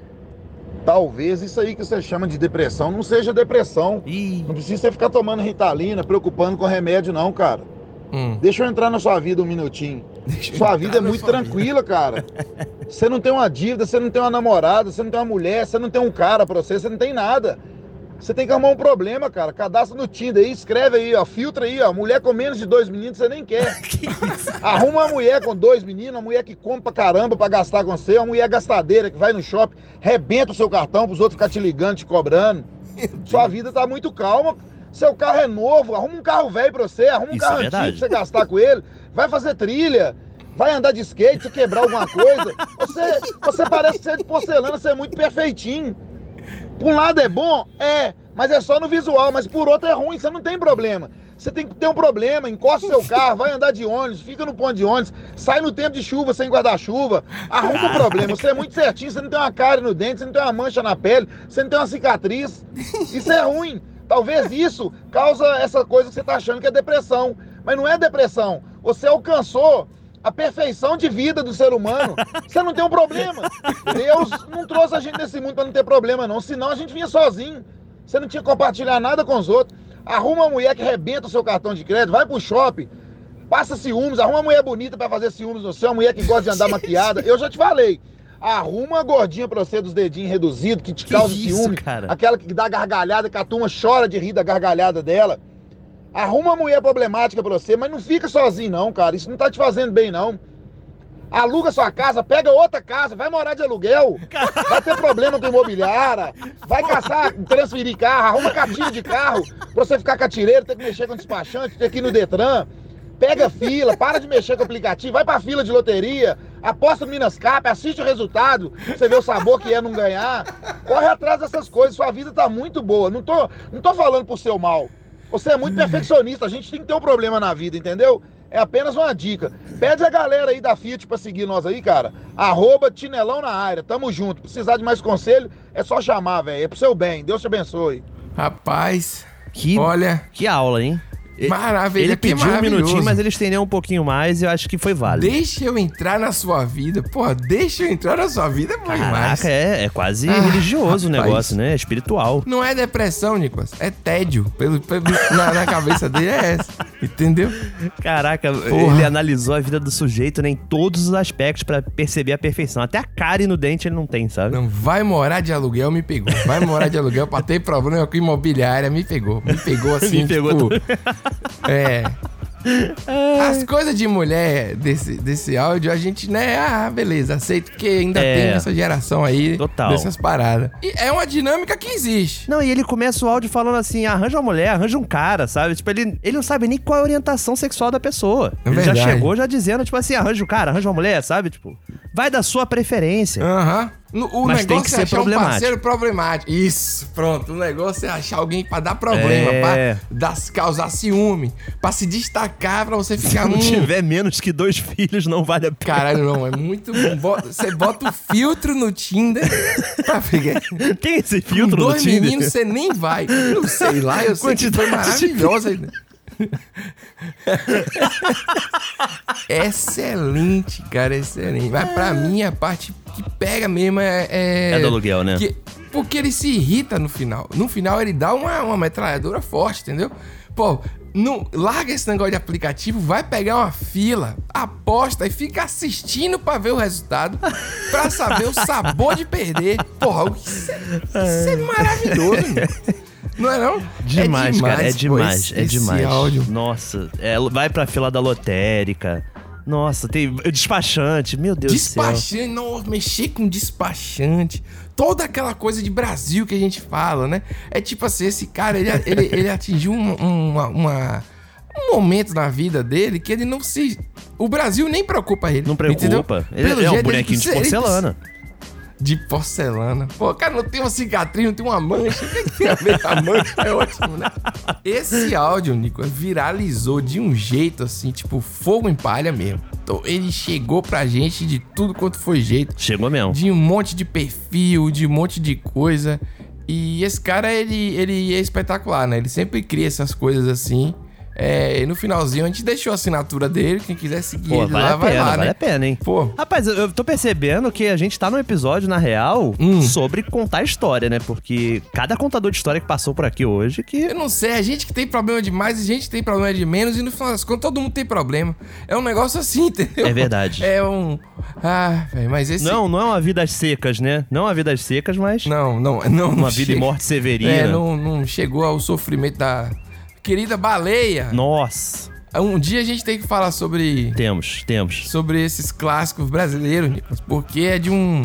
H: talvez isso aí que você chama de depressão não seja depressão.
C: Ih.
H: Não precisa você ficar tomando Ritalina, preocupando com remédio não, cara.
D: Hum.
H: Deixa eu entrar na sua vida um minutinho. Sua vida é muito tranquila, cara. Você não tem uma dívida, você não tem uma namorada, você não tem uma mulher, você não tem um cara pra você, você não tem nada. Você tem que arrumar um problema, cara. Cadastra no Tinder aí, escreve aí, ó, filtra aí, ó. Mulher com menos de dois meninos você nem quer. Arruma uma mulher com dois meninos, uma mulher que compra pra caramba pra gastar com você, uma mulher gastadeira que vai no shopping, rebenta o seu cartão pros outros ficar te ligando, te cobrando. Sua vida tá muito calma. Seu carro é novo, arruma um carro velho pra você, arruma um
C: Isso
H: carro
C: é
H: antigo
C: verdade.
H: pra você gastar com ele. Vai fazer trilha, vai andar de skate, se quebrar alguma coisa. Você, você parece ser de porcelana, você é muito perfeitinho. Por um lado é bom? É, mas é só no visual, mas por outro é ruim, você não tem problema. Você tem que ter um problema, encosta o seu carro, vai andar de ônibus, fica no ponto de ônibus, sai no tempo de chuva sem guarda-chuva, arruma o problema. Você é muito certinho, você não tem uma cárie no dente, você não tem uma mancha na pele, você não tem uma cicatriz. Isso é ruim. Talvez isso causa essa coisa que você está achando que é depressão. Mas não é depressão. Você alcançou a perfeição de vida do ser humano. Você não tem um problema. Deus não trouxe a gente nesse mundo para não ter problema, não. Senão a gente vinha sozinho. Você não tinha que compartilhar nada com os outros. Arruma uma mulher que arrebenta o seu cartão de crédito, vai pro shopping,
L: Passa ciúmes, arruma uma mulher bonita pra fazer ciúmes no seu, uma mulher que gosta de andar maquiada. Eu já te falei. Arruma uma gordinha pra você dos dedinhos reduzidos, que te
C: Que
L: causa
C: isso,
L: ciúme.
C: cara?
L: Aquela que dá gargalhada, que a turma chora de rir da gargalhada dela. Arruma uma mulher problemática pra você, mas não fica sozinho não, cara. Isso não tá te fazendo bem, não. Aluga sua casa, pega outra casa, vai morar de aluguel. Vai ter problema com imobiliária. Vai caçar, transferir carro, arruma cartilha de carro pra você ficar catireiro, ter que mexer com despachante, ter que ir no Detran. Pega fila, para de mexer com o aplicativo, vai pra fila de loteria, aposta no Minascap, assiste o resultado, você vê o sabor que é não ganhar. Corre atrás dessas coisas, sua vida tá muito boa. Não tô, não tô falando pro seu mal. Você é muito perfeccionista, a gente tem que ter um problema na vida, entendeu? É apenas uma dica. Pede a galera aí da Fiat pra seguir nós aí, cara. Arroba Tinelão na área, tamo junto. Precisar de mais conselho, é só chamar, velho. É pro seu bem, Deus te abençoe.
D: Rapaz,
C: que,
D: olha...
C: Que aula, hein?
D: Maravilha,
C: Ele
D: que
C: pediu um minutinho,
D: maravilhoso.
C: mas ele estendeu um pouquinho mais e eu acho que foi válido.
D: Deixa eu entrar na sua vida. Porra, deixa eu entrar na sua vida é bom demais.
C: Caraca, é, é quase
D: Ah,
C: religioso o
D: rapaz.
C: negócio, né? É espiritual.
D: Não é depressão, Nicolas. É tédio. Pelo, pelo- na, na cabeça dele é essa. Entendeu?
C: Caraca,
D: Porra.
C: ele analisou a vida do sujeito, né, em todos os aspectos pra perceber a perfeição. Até a cárie no dente ele não tem, sabe?
D: Não, vai morar de aluguel, me pegou. Vai morar de aluguel pra ter problema com imobiliária, me pegou. Me pegou assim,
C: Me pegou
D: tipo... É... As coisas de mulher desse, desse áudio, a gente, né, ah, beleza, aceito, porque ainda
C: É.
D: tem essa geração aí
C: Total.
D: dessas paradas. E é uma dinâmica que existe.
C: Não, e ele começa o áudio falando assim, arranja uma mulher, arranja um cara, sabe? Tipo, ele, ele não sabe nem qual é a orientação sexual da pessoa.
D: É
C: ele já
D: verdade.
C: chegou já dizendo, tipo assim, arranja um cara, arranja uma mulher, sabe? Tipo, vai da sua preferência.
D: Aham. No- O
C: Mas
D: negócio
C: tem que
D: é
C: ser
D: achar
C: problemático.
D: um parceiro problemático. Isso, pronto. O negócio é achar alguém pra dar problema,
C: É.
D: pra dar, causar ciúme, pra se destacar, pra você
C: Se
D: ficar...
C: não
D: hum,
C: tiver menos que dois filhos, não vale a pena.
D: Caralho, não, é muito bom. Bota- Você bota o filtro no Tinder pra pegar.
C: Tem esse filtro
D: Com
C: no
D: dois
C: Tinder?
D: meninos, você nem vai. Eu não sei lá, eu sei que foi
C: Quantidade de
D: maravilhosa. Excelente, cara, excelente. Mas pra mim, a parte que pega mesmo é... É,
C: É do aluguel, né?
D: que- porque ele se irrita no final. No final, ele dá uma, uma metralhadora forte, entendeu? Pô, não, larga esse negócio de aplicativo, vai pegar uma fila, aposta e fica assistindo pra ver o resultado, pra saber o sabor de perder. Porra, isso é, isso é maravilhoso, meu. Não é não?
C: Demais,
D: é
C: cara, é
D: pô,
C: demais,
D: esse-
C: é
D: esse
C: demais.
D: áudio.
C: Nossa, é, vai pra fila da lotérica. Nossa, tem despachante, meu Deus do céu.
D: Despachante, não, mexer com despachante. Toda aquela coisa de Brasil que a gente fala, né? É tipo assim, esse cara, ele, ele, ele atingiu um, uma, uma- um momento na vida dele que ele não se... O Brasil nem preocupa ele.
C: Não preocupa.
D: Entendeu?
C: Ele
D: Pelo
C: é um
D: jeito,
C: bonequinho de
D: ele- ele-
C: porcelana.
D: De porcelana. Pô, cara, não tem uma cicatriz, não tem uma mancha. O que, que tem a ver com a mancha? É ótimo, né? Esse áudio, Nico, viralizou de um jeito assim, tipo, fogo em palha mesmo. Então, ele chegou pra gente de tudo quanto foi jeito.
C: Chegou mesmo.
D: De um monte de perfil, de um monte de coisa. E esse cara, ele, ele é espetacular, né? Ele sempre cria essas coisas assim. É, e no finalzinho a gente deixou a assinatura dele. Quem quiser seguir
C: Pô,
D: ele
C: vale
D: lá,
C: a
D: vai
C: pena,
D: lá,
C: vale
D: né?
C: a pena, hein?
D: Pô.
C: Rapaz, eu, eu tô percebendo que a gente tá num episódio, na real,
D: Hum.
C: sobre contar história, né? Porque cada contador de história que passou por aqui hoje que...
D: Eu não sei, a gente que tem problema de mais, a gente que tem problema de menos, e no final das contas todo mundo tem problema. É um negócio assim, entendeu?
C: É verdade.
D: É um... Ah, velho, mas esse...
C: Não, não é uma vida às secas, né? Não é uma vida às secas, mas...
D: Não, não, não.
C: Uma
D: não
C: vida e
D: chega-
C: morte severina.
D: É, não, não chegou ao sofrimento da querida baleia.
C: Nossa.
D: Um dia a gente tem que falar sobre...
C: Temos, temos.
D: Sobre esses clássicos brasileiros, Nicolas, porque é de um...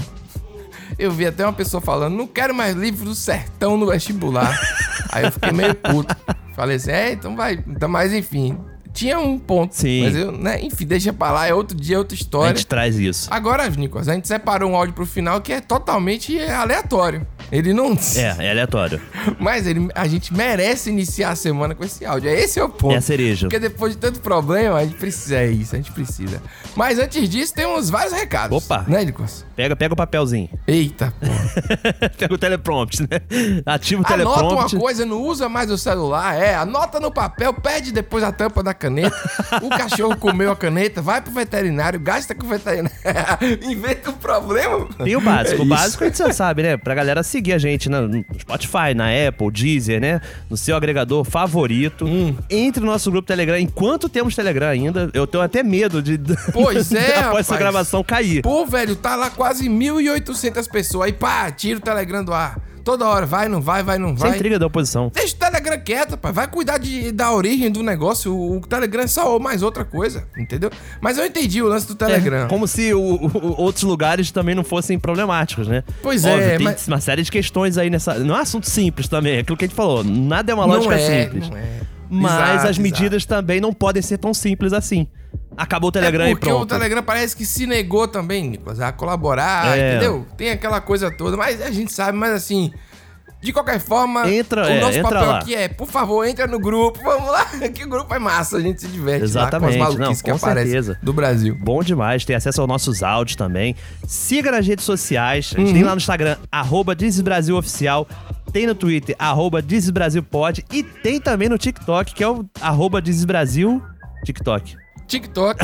D: Eu vi até uma pessoa falando, não quero mais livro do sertão no vestibular. Aí eu fiquei meio puto. Falei assim, é, então vai. Então, mas enfim, tinha um ponto.
C: Sim.
D: Mas eu, né, enfim, deixa pra lá, é outro dia, outra
C: A
D: história.
C: gente traz isso.
D: Agora, Nicolas, a gente separou um áudio pro final que é totalmente aleatório. Ele não...
C: É, é aleatório.
D: Mas ele, a gente merece iniciar a semana com esse áudio. Esse é o ponto.
C: É a cereja.
D: Porque depois de tanto problema, a gente precisa. É isso, a gente precisa. Mas antes disso, temos vários recados.
C: Opa.
D: Né, Nicolas?
C: Pega, pega o papelzinho.
D: Eita, porra.
C: Pega o teleprompt, né? Ativa o
D: Anota uma
C: teleprompt.
D: coisa, não usa mais o celular. É, anota no papel, pede depois a tampa da caneta. O cachorro comeu a caneta, vai pro veterinário, gasta com o veterinário. Inventa um problema.
C: Tem o básico.
D: É
C: o
D: isso.
C: básico a gente já sabe, né? Pra galera seguir seguir a gente no Spotify, na Apple, Deezer, né? No seu agregador favorito. Hum. Entre no nosso grupo Telegram. Enquanto temos Telegram ainda, eu tenho até medo de...
D: Pois é,
C: após
D: rapaz.
C: essa gravação cair.
D: Pô, velho, tá lá quase mil e oitocentas pessoas. Aí, pá, tira o Telegram do ar. Toda hora, vai, não vai, vai, não vai.
C: Sem intriga da oposição.
D: Deixa o Telegram quieto, pai. Vai cuidar de, da origem do negócio. O, o Telegram é só mais outra coisa, entendeu? Mas eu entendi o lance do Telegram.
C: É, como se o, o, outros lugares também não fossem problemáticos, né?
D: Pois
C: Óbvio,
D: é,
C: tem
D: mas...
C: uma série de questões aí nessa... Não é um assunto simples também, é aquilo que a gente falou. Nada é uma lógica
D: não é,
C: simples.
D: Não é.
C: Mas
D: exato,
C: as medidas
D: exato.
C: também não podem ser tão simples assim. Acabou o Telegram
D: é
C: e pronto.
D: Porque o Telegram parece que se negou também, Nicolas, a colaborar,
C: é.
D: entendeu? Tem aquela coisa toda, mas a gente sabe, mas assim... De qualquer forma,
C: entra,
D: o
C: é,
D: nosso
C: entra
D: papel
C: lá.
D: aqui é, por favor, entra no grupo, vamos lá, que o grupo é massa, a gente se diverte.
C: Exatamente,
D: lá com as maluquices
C: não,
D: que
C: com
D: aparecem
C: certeza.
D: do Brasil.
C: Bom demais, tem acesso aos nossos áudios também. Siga nas redes sociais, a gente
D: uhum.
C: tem lá no Instagram, arroba DizesBrasilOficial, tem no Twitter, arroba DizesBrasilPod, e tem também no TikTok, que é o arroba DizesBrasil TikTok.
D: TikTok.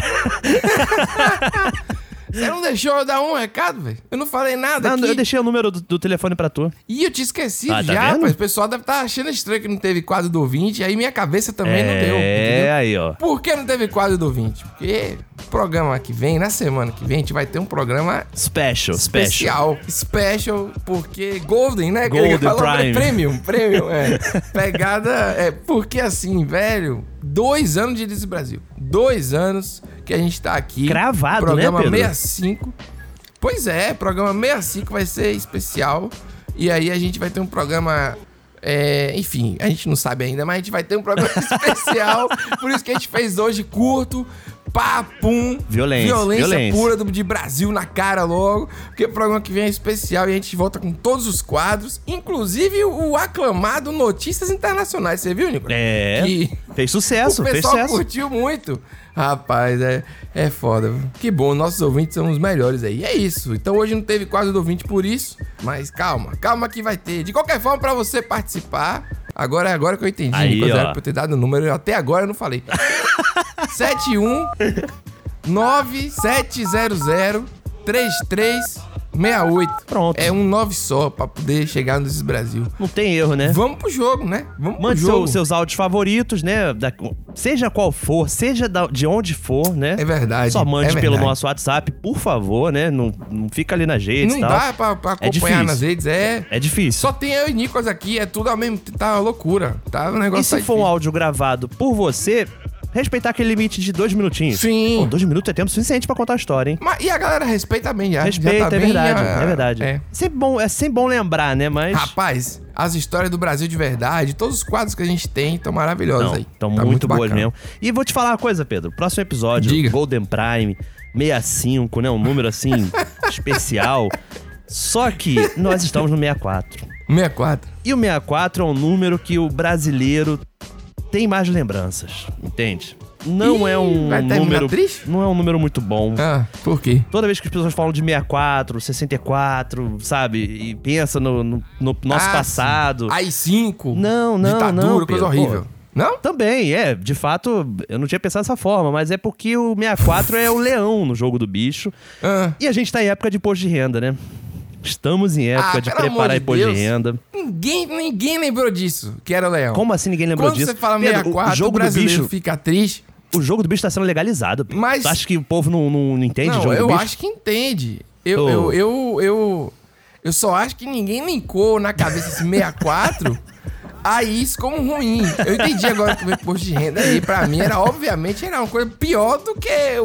D: Você não deixou eu dar um recado, velho? Eu não falei nada
C: não,
D: aqui.
C: Eu deixei o número do, do telefone pra tu.
D: Ih, eu tinha esquecido
C: ah, tá
D: já,
C: vendo?
D: rapaz. O pessoal deve estar achando estranho que não teve quadro do ouvinte, aí minha cabeça também
C: é,
D: não deu.
C: É, aí, ó.
D: Por que não teve quadro do ouvinte? Porque o programa que vem, na semana que vem, a gente vai ter um programa...
C: Special,
D: especial. Special, special porque Golden, né?
C: Golden
D: falou,
C: Prime.
D: Premium, Premium, é. Pegada, é, porque assim, velho, dois anos de Diz Brasil. Dois anos que a gente tá aqui.
C: Cravado,
D: programa
C: né, Pedro?
D: sessenta e cinco. Pois é, programa sessenta e cinco vai ser especial. E aí a gente vai ter um programa... É, enfim, a gente não sabe ainda, mas a gente vai ter um programa especial. Por isso que a gente fez hoje curto. Pá, pum.
C: Violência.
D: Violência,
C: violência.
D: pura do, de Brasil na cara logo. Porque o programa que vem é especial e a gente volta com todos os quadros. Inclusive o, o aclamado Notícias Internacionais. Você viu, Nicolas?
C: É.
D: Que
C: fez sucesso,
D: o
C: fez
D: pessoal
C: sucesso.
D: curtiu muito. Rapaz, é, é foda. Que bom, nossos ouvintes são os melhores aí. E é isso. Então hoje não teve quadro do ouvinte por isso. Mas calma, calma que vai ter. De qualquer forma, pra você participar... Agora é agora que eu entendi,
C: aí,
D: Nicolas,
C: ó.
D: era pra eu ter dado o número. Até agora eu não falei. sete um nove sete zero zero três três seis oito.
C: Pronto.
D: É um nove só pra poder chegar no Diz Brasil.
C: Não tem erro, né?
D: Vamos pro jogo, né? Vamos
C: Mande
D: pro jogo.
C: seu, seus áudios favoritos, né? Da, seja qual for, seja da, de onde for, né?
D: É verdade.
C: Só mande
D: é
C: pelo
D: verdade.
C: nosso WhatsApp, por favor, né? Não, não fica ali nas redes e
D: Não
C: tal.
D: dá pra, pra
C: É
D: acompanhar
C: difícil.
D: nas redes, é...
C: É difícil.
D: Só tem eu e Nicolas aqui, é tudo ao mesmo... Tá uma loucura, tá? O negócio
C: E se
D: tá
C: for um
D: difícil.
C: áudio gravado por você, respeitar aquele limite de dois minutinhos.
D: Sim.
C: Pô, dois minutos é tempo suficiente pra contar a história, hein?
D: Mas, e a galera respeita bem já.
C: Respeita,
D: já tá
C: é
D: bem,
C: verdade,
D: já-
C: é verdade.
D: É.
C: Sempre bom, é sempre bom lembrar, né? Mas...
D: Rapaz, as histórias do Brasil de verdade, todos os quadros que a gente tem estão maravilhosos
C: Não,
D: aí.
C: estão
D: Tá
C: muito, boas
D: bacana.
C: mesmo. E vou te falar uma coisa, Pedro. Próximo episódio,
D: Diga.
C: Golden Prime, sessenta e cinco, né? Um número assim, especial. Só que nós estamos no sessenta e quatro.
D: sessenta e quatro.
C: E o sessenta e quatro é um número que o brasileiro tem mais lembranças, entende? Não
D: Ih,
C: é um
D: vai terminar
C: número.
D: triste?
C: Não é um número muito bom.
D: Ah, por quê?
C: Toda vez que as pessoas falam de sessenta e quatro, sessenta e quatro, sabe? E pensa no, no- no nosso
D: Ah,
C: passado.
D: A I cinco.
C: Não, não,
D: ditadura,
C: não.
D: coisa
C: Pedro.
D: horrível.
C: Pô,
D: Não?
C: Também, é. De fato, eu não tinha pensado dessa forma, mas é porque o sessenta e quatro é o leão no jogo do bicho.
D: Ah.
C: E a gente tá em época de imposto de renda, né? Estamos em época
D: Ah,
C: de
D: pelo amor
C: preparar
D: de
C: imposto
D: Deus.
C: de renda.
D: Ninguém, ninguém lembrou disso, que era o leão.
C: Como assim ninguém lembrou
D: Quando
C: disso?
D: você fala
C: Pedro,
D: sessenta e quatro,
C: o jogo
D: o
C: do
D: brasileiro
C: bicho,
D: fica triste.
C: o jogo do bicho tá sendo legalizado. Pedro.
D: Mas-
C: Tu acha que o povo não, não, não entende o
D: Não,
C: jogo
D: eu
C: do bicho?
D: acho que entende. Eu,
C: Tô.
D: eu, eu, eu, eu só acho que ninguém linkou na cabeça esse sessenta e quatro a isso como ruim. Eu entendi agora que o imposto de renda aí, pra mim, era obviamente era uma coisa pior do que o,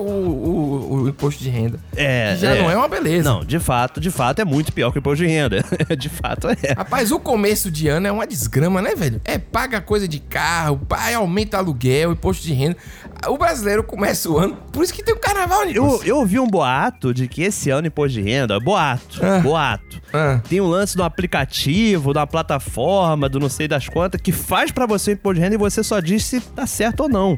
D: o, o imposto de renda.
C: É,
D: Já não é uma beleza.
C: Não, de fato, de fato é muito pior que o imposto de renda. De fato é.
D: Rapaz, o começo de ano é uma desgrama, né, velho? É paga coisa de carro, pai, aumenta aluguel, imposto de renda. O brasileiro começa o ano, por isso que tem o carnaval, Nicolas.
C: Eu, eu ouvi um boato de que esse ano imposto de renda, boato,
D: Ah.
C: boato.
D: Ah.
C: Tem um lance do aplicativo, da plataforma, do não sei das quantas, que faz pra você o imposto de renda e você só diz se tá certo ou não.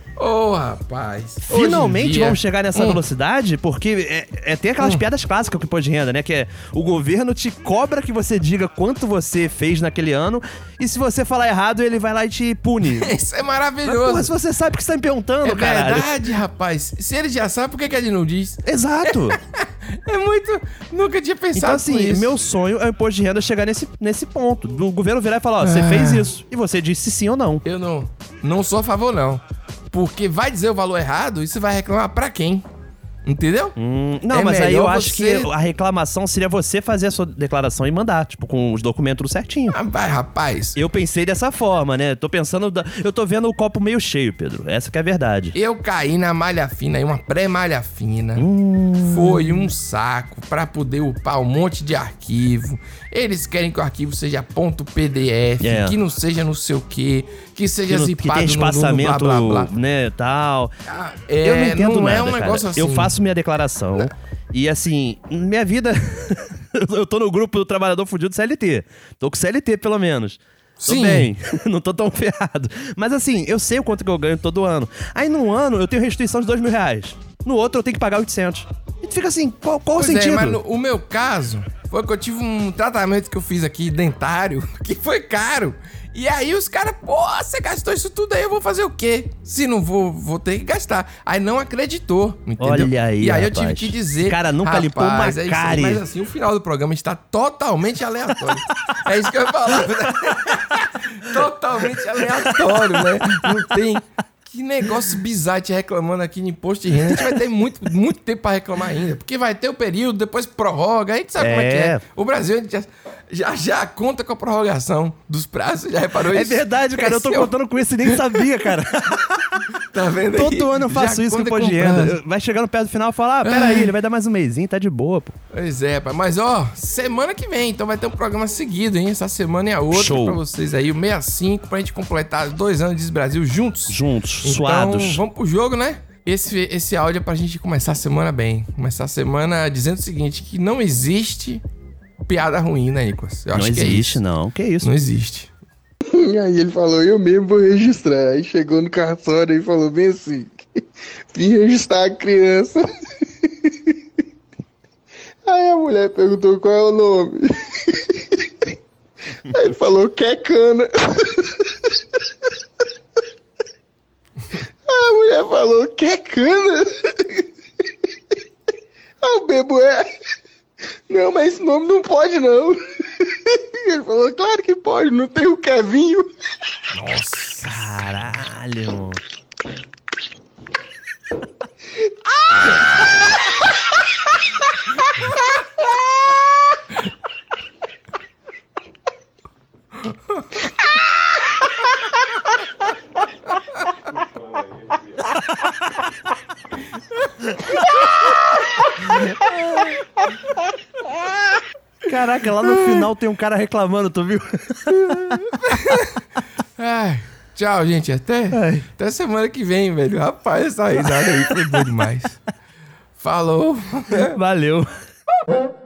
D: Ô, rapaz. hoje em
C: Finalmente
D: dia-
C: vamos chegar nessa
D: Hum.
C: velocidade, porque é, é, tem aquelas piadas clássicas com o imposto de renda, né? Que é o governo te cobra que você diga quanto você fez naquele ano e se você falar errado, ele vai lá e te pune.
D: Isso é
C: Mas,
D: maravilhoso.
C: porra, se você sabe que você tá me perguntando,
D: É
C: caralho.
D: verdade, rapaz. Se ele já sabe, por que, que ele não diz?
C: Exato.
D: É muito... Nunca tinha pensado
C: Então, assim,
D: nisso.
C: meu sonho é o imposto de renda chegar nesse, nesse ponto. O governo virar e falar, ó, você ah. fez isso. E você disse sim ou não.
D: Eu não, não sou a favor, não. Porque vai dizer o valor errado e você vai reclamar pra quem? Entendeu?
C: Hum, não, é mas aí eu acho você... que a reclamação seria você fazer a sua declaração e mandar, tipo, com os documentos certinho.
D: Ah, vai, rapaz.
C: Eu pensei dessa forma, né? Tô pensando... Da... Eu tô vendo o copo meio cheio, Pedro. Essa que é a verdade.
D: Eu caí na malha fina aí, uma pré-malha fina. Hum... Foi um saco pra poder upar um monte de arquivo. Eles querem que o arquivo seja .pdf, yeah. que não seja não sei o quê, que seja
C: que
D: zipado
C: que tem espaçamento,
D: no, no blá, blá, blá.
C: né, tal.
D: Ah, é,
C: eu não entendo
D: não
C: nada,
D: é um
C: cara.
D: negócio assim.
C: Eu faço minha declaração não. E assim, minha vida... eu tô no grupo do Trabalhador Fudido C L T. Tô com C L T, pelo menos. Tô Sim. bem, não tô tão ferrado. Mas assim, eu sei o quanto que eu ganho todo ano. Aí num ano eu tenho restituição de dois mil reais. No outro eu tenho que pagar oitocentos. E tu fica assim, qual, qual o sentido?
D: É, mas no, o meu caso foi que eu tive um tratamento que eu fiz aqui, dentário, que foi caro. E aí os caras, pô, você gastou isso tudo aí, eu vou fazer o quê? Se não vou, vou ter que gastar. Aí não acreditou, entendeu?
C: Olha aí,
D: E aí
C: rapaz.
D: eu tive que dizer...
C: O cara nunca
D: rapaz,
C: limpou uma
D: é
C: cárie.
D: Mas assim, o final do programa está totalmente aleatório. É isso que eu ia falar, né? Totalmente aleatório, né? Não tem... Que negócio bizarro te reclamando aqui de imposto de renda. A gente vai ter muito, muito tempo pra reclamar ainda. Porque vai ter o período, depois prorroga. A gente sabe é. como é que é. O Brasil a gente já, já, já conta com a prorrogação dos prazos. Já reparou isso?
C: É verdade, cara. Cresceu. Eu tô contando com isso e nem sabia, cara.
D: Tá vendo aí?
C: Todo ano eu faço já isso com imposto de renda. Vai chegando perto do final e fala, ah, peraí, ele vai dar mais um mêsinho, tá de boa, pô.
D: Pois é, pai. Mas, ó, semana que vem, então vai ter um programa seguido, hein? Essa semana e a outra. Show. Pra vocês aí, o sessenta e cinco, pra gente completar dois anos de Diz Brasil juntos.
C: Juntos,
D: então,
C: suados.
D: Vamos pro jogo, né? Esse, esse áudio é pra gente começar a semana bem. Começar a semana dizendo o seguinte, que não existe piada ruim, né, Nicolas? Eu
C: não
D: acho
C: existe,
D: que é isso.
C: não. Que isso?
D: Não existe.
M: E aí ele falou, eu mesmo vou registrar. Aí chegou no cartório e falou bem assim, vim registrar a criança. Aí a mulher perguntou qual é o nome. Aí ele falou, quer cana. A mulher falou, quer cana? Aí o bebo é... Não, mas esse nome não pode, não. Ele falou, claro que pode, não tem o Kevinho.
C: Nossa, caralho. Caraca, lá no final tem um cara reclamando, tu viu?
D: Ai, tchau, gente. Até, até semana que vem, velho. Rapaz, essa risada aí foi boa demais. Falou.
C: Valeu.